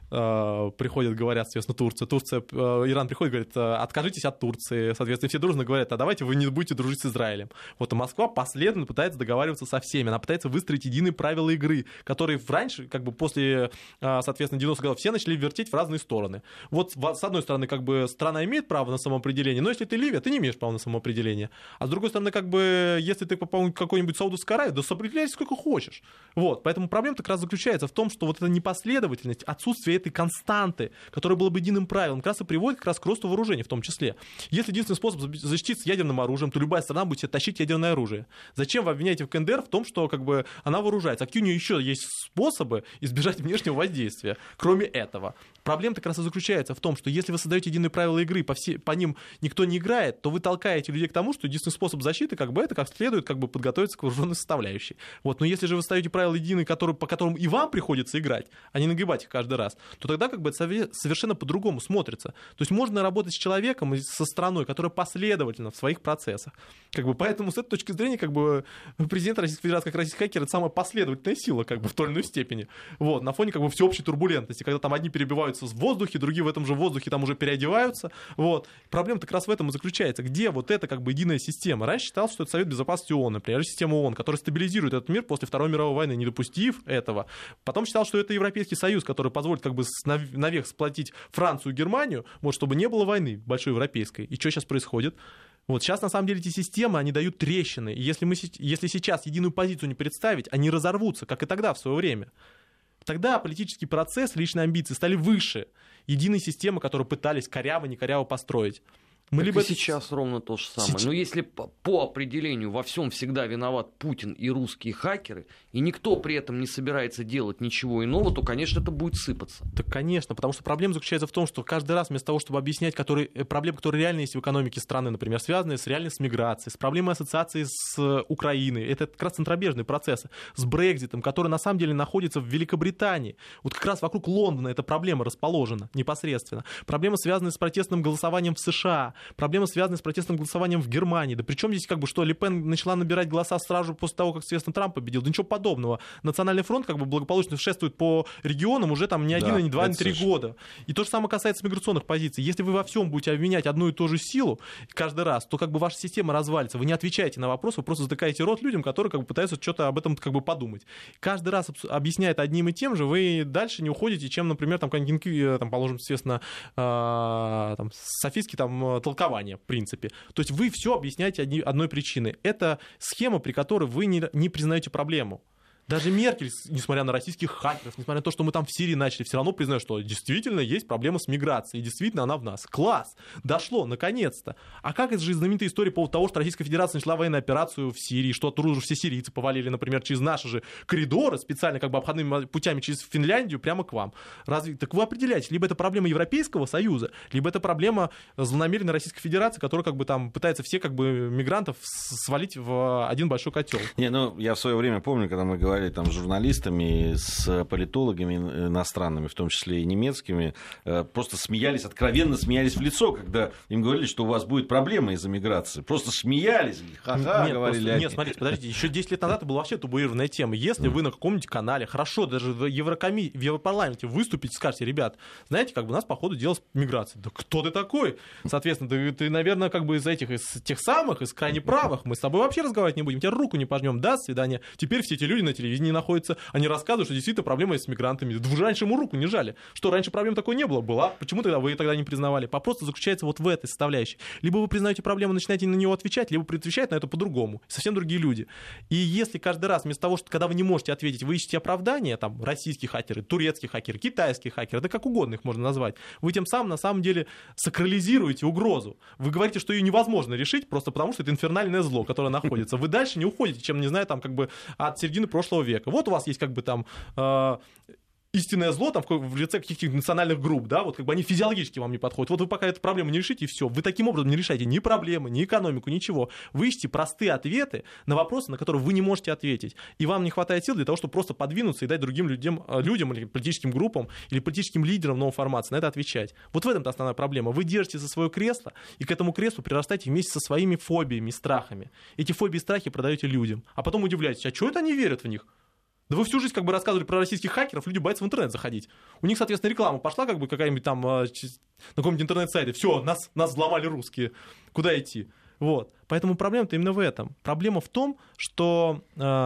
Приходят, говорят, соответственно, Иран приходит, говорит, откажитесь от Турции, соответственно, все дружно говорят, а давайте вы не будете дружить с Израилем. Вот, а Москва последовательно пытается договариваться со всеми, она пытается выстроить единые правила игры, которые раньше, как бы после, соответственно, 90-х годов, все начали вертеть в разные стороны. Вот, с одной стороны, как бы страна имеет право на самоопределение, но если ты Ливия, ты не имеешь права на самоопределение. А с другой стороны, как бы, если ты попал в какой-нибудь Саудовскую Аравию, да сопротивляйся сколько хочешь. Вот, поэтому проблема как раз заключается в том, что вот эта непоследовательность, отсутствие этой константы, которая была бы единым правилом, как раз и приводит как раз к росту вооружений в том числе. Если единственный способ защититься ядерным оружием, то любая страна будет себе тащить ядерное оружие. Зачем вы обвиняете в КНДР в том, что как бы она вооружается? А какие у нее еще есть способы избежать внешнего воздействия, кроме этого? Проблема как раз и заключается в том, что если вы создаете единые правила игры, по ним никто не играет, то вы толкаете людей к тому, что единственный способ защиты, как бы это как следует как бы подготовиться к вооруженной составляющей. Вот. Но если же вы ставите правила единые, по которым и вам приходится играть, а не нагибать их каждый раз, то тогда как бы это совершенно по-другому смотрится. То есть можно работать с человеком и со страной, которая последовательна в своих процессах. Как бы, поэтому с этой точки зрения как бы президент Российской Федерации как российский хакер — это самая последовательная сила как бы в той или иной степени. Вот, на фоне как бы всеобщей турбулентности, когда там одни перебиваются в воздухе, другие в этом же воздухе там уже переодеваются. Вот. Проблема как раз в этом и заключается. Где вот эта как бы единая система? Раньше считалось, что это Совет Безопасности ООН, например, система ООН, которая стабилизирует этот мир после Второй мировой войны, не допустив этого. Потом считалось, что это Европейский Союз, который позволит как бы навек сплотить Францию и Германию, вот, чтобы не было войны большой европейской. И что сейчас происходит? Вот сейчас, на самом деле, эти системы, они дают трещины. И если сейчас единую позицию не представить, они разорвутся, как и тогда, в свое время. Тогда политический процесс, личные амбиции стали выше единой системы, которую пытались коряво-некоряво построить. Мы либо сейчас ровно то же самое. Но если по определению во всем всегда виноват Путин и русские хакеры, и никто при этом не собирается делать ничего иного, то, конечно, это будет сыпаться. Так, конечно, потому что проблема заключается в том, что каждый раз вместо того, чтобы объяснять проблемы, которые реально есть в экономике страны, например, связанные с миграцией, с проблемой ассоциации с Украиной, это как раз центробежные процессы, с Брекситом, который на самом деле находится в Великобритании. Вот как раз вокруг Лондона эта проблема расположена непосредственно. Проблема, связанная с протестным голосованием в США, проблема, связанная с протестным голосованием в Германии. Да причем здесь как бы что, Ле Пен начала набирать голоса сразу после того, как, соответственно, Трамп победил? Да ничего подобного. Национальный фронт как бы благополучно шествует по регионам уже там не один, не два, не 3 года. И то же самое касается миграционных позиций. Если вы во всем будете обвинять одну и ту же силу каждый раз, то как бы ваша система развалится. Вы не отвечаете на вопрос, вы просто затыкаете рот людям, которые как бы пытаются что-то об этом как бы подумать. Каждый раз объясняет одним и тем же, вы дальше не уходите, чем, например, там, положим, естественно, там, софистский там толкование, в принципе. То есть вы все объясняете одной причиной. Это схема, при которой вы не признаете проблему. Даже Меркель, несмотря на российских хакеров, несмотря на то, что мы там в Сирии начали, все равно признает, что действительно есть проблема с миграцией, и действительно она в нас. Класс! Дошло, наконец-то! А как это же знаменитая история по поводу того, что Российская Федерация начала военную операцию в Сирии, что оттуда уже все сирийцы повалили, например, через наши же коридоры, специально как бы обходными путями через Финляндию прямо к вам. Так вы определяете, либо это проблема Европейского Союза, либо это проблема злонамеренной Российской Федерации, которая как бы там пытается все как бы мигрантов свалить в один большой котел. Я в свое время помню, когда мы говорили разговаривали там с журналистами, с политологами иностранными, в том числе и немецкими, просто смеялись, откровенно смеялись в лицо, когда им говорили, что у вас будет проблема из-за миграции. Просто смеялись, ха-ха, говорили. Нет, смотрите, подождите, еще 10 лет назад это была вообще табуированная тема. Если вы на каком-нибудь канале, хорошо, даже в Европарламенте выступите, скажете, ребят, знаете, как бы у нас, по ходу дела, с миграцией. Да кто ты такой? Соответственно, ты, наверное, как бы из тех самых, из крайне правых, мы с тобой вообще разговаривать не будем, тебе руку не пожмем, до свидания. Теперь все эти люди на телевидении находятся, они рассказывают, что действительно проблема есть с мигрантами. Да вы же раньше ему руку не жали. Что, раньше проблем такой не было? Была. Почему тогда вы тогда не признавали? Вопрос заключается вот в этой составляющей. Либо вы признаете проблему, начинаете на нее отвечать, либо отвечать на это по-другому. Совсем другие люди. И если каждый раз вместо того, что когда вы не можете ответить, вы ищете оправдания, там, российские хакеры, турецкие хакеры, китайские хакеры, да как угодно их можно назвать, вы тем самым на самом деле сакрализируете угрозу. Вы говорите, что ее невозможно решить просто потому, что это инфернальное зло, которое находится. Вы дальше не уходите, чем, не знаю, там, как бы от середины прошлого века. Вот у вас есть как бы там истинное зло там, в лице каких-то национальных групп, да, вот как бы они физиологически вам не подходят. Вот вы пока эту проблему не решите, и все. Вы таким образом не решаете ни проблемы, ни экономику, ничего. Вы ищете простые ответы на вопросы, на которые вы не можете ответить. И вам не хватает сил для того, чтобы просто подвинуться и дать другим людям или политическим группам, или политическим лидерам новой формации на это отвечать. Вот в этом-то основная проблема. Вы держите за свое кресло, и к этому креслу прирастаете вместе со своими фобиями, страхами. Эти фобии и страхи продаете людям. А потом удивляетесь, а чего это они верят в них? Да вы всю жизнь как бы рассказывали про российских хакеров, люди боятся в интернет заходить. У них, соответственно, реклама пошла как бы какая-нибудь там на каком-нибудь интернет-сайте. Все, нас взломали русские. Куда идти? Вот. Поэтому проблема-то именно в этом. Проблема в том, что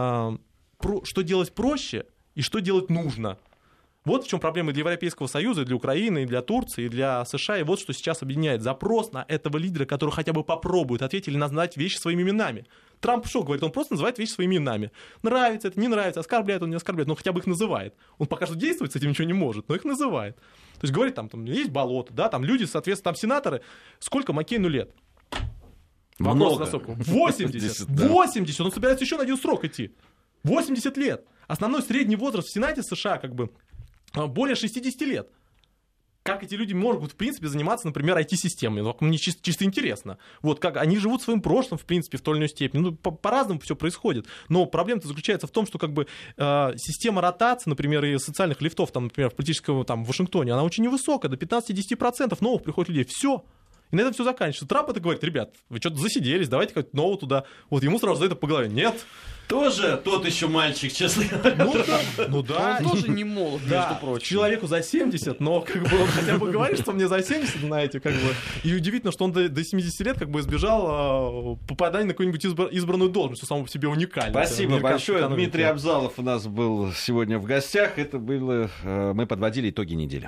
делать проще и что делать нужно. Вот в чем проблема и для Европейского Союза, и для Украины, и для Турции, и для США. И вот что сейчас объединяет. Запрос на этого лидера, который хотя бы попробует ответить или назвать вещи своими именами. Трамп что говорит? Он просто называет вещи своими именами. Нравится это, не нравится, оскорбляет он, не оскорбляет, но хотя бы их называет. Он пока что действовать с этим ничего не может, но их называет. То есть говорит, там есть болото, да, там люди, соответственно, там сенаторы. Сколько Маккейну лет? Много. 80. 80. Он собирается еще на один срок идти. 80 лет. Основной средний возраст в Сенате США как бы более 60 лет. Как эти люди могут, в принципе, заниматься, например, IT-системами? Мне чисто интересно. Вот как они живут своим прошлым, в принципе, в той или иной степени. Ну, по-разному все происходит. Но проблема-то заключается в том, что как бы система ротации, например, и социальных лифтов, там, например, в политическом там, в Вашингтоне, она очень невысокая, до 15-10% новых приходит людей. Все. И на этом все заканчивается. Трамп это говорит, ребят, вы что-то засиделись, давайте как-то нового туда. Вот ему сразу за это по голове. Нет. Тоже тот еще мальчик, честно говоря. Ну да. Он тоже не молод, между прочим. Человеку за 70, но как бы он хотя бы говорит, что мне за 70, знаете, как бы. И удивительно, что он до 70 лет как бы избежал попадания на какую-нибудь избранную должность, что само по себе уникально. Спасибо большое. Дмитрий Абзалов у нас был сегодня в гостях. Это было, мы подводили итоги недели.